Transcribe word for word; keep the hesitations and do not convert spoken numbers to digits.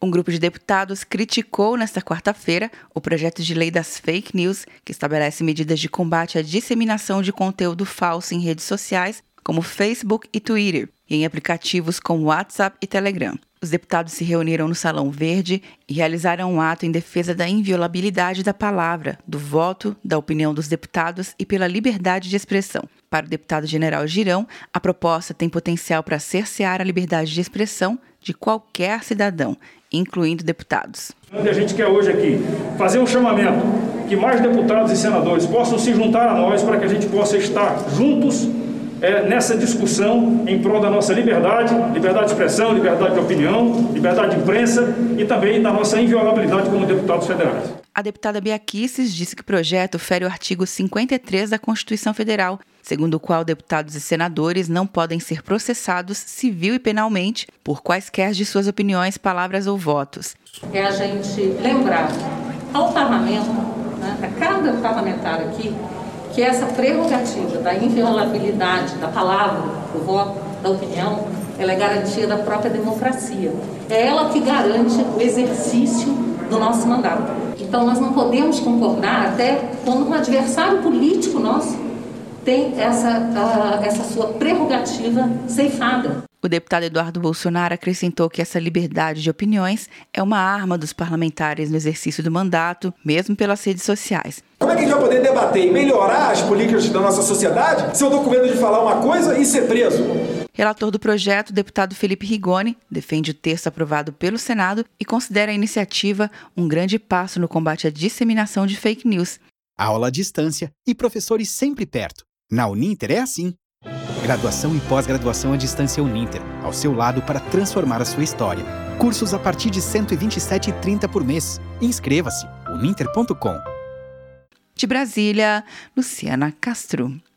Um grupo de deputados criticou nesta quarta-feira o projeto de lei das fake news, que estabelece medidas de combate à disseminação de conteúdo falso em redes sociais, como Facebook e Twitter, e em aplicativos como WhatsApp e Telegram. Os deputados se reuniram no Salão Verde e realizaram um ato em defesa da inviolabilidade da palavra, do voto, da opinião dos deputados e pela liberdade de expressão. Para o deputado General Girão, a proposta tem potencial para cercear a liberdade de expressão de qualquer cidadão, incluindo deputados. A gente quer hoje aqui fazer um chamamento que mais deputados e senadores possam se juntar a nós para que a gente possa estar juntos é, nessa discussão em prol da nossa liberdade, liberdade de expressão, liberdade de opinião, liberdade de imprensa e também da nossa inviolabilidade como deputados federais. A deputada Bia Kicis disse que o projeto fere o artigo cinquenta e três da Constituição Federal, segundo o qual deputados e senadores não podem ser processados civil e penalmente por quaisquer de suas opiniões, palavras ou votos. É a gente lembrar ao parlamento, né, a cada parlamentar aqui, que essa prerrogativa da inviolabilidade da palavra, do voto, da opinião, ela é garantia da própria democracia. É ela que garante o exercício do nosso mandato. Então nós não podemos concordar até quando um adversário político nosso tem essa, uh, essa sua prerrogativa ceifada. O deputado Eduardo Bolsonaro acrescentou que essa liberdade de opiniões é uma arma dos parlamentares no exercício do mandato, mesmo pelas redes sociais. Como é que a gente vai poder debater e melhorar as políticas da nossa sociedade se eu dou com medo de falar uma coisa e ser preso? Relator do projeto, o deputado Felipe Rigoni, defende o texto aprovado pelo Senado e considera a iniciativa um grande passo no combate à disseminação de fake news. Aula à distância e professores sempre perto. Na Uninter é assim. Graduação e pós-graduação à distância Uninter, ao seu lado para transformar a sua história. Cursos a partir de cento e vinte e sete reais e trinta centavos por mês. Inscreva-se, uninter ponto com. De Brasília, Luciana Castro.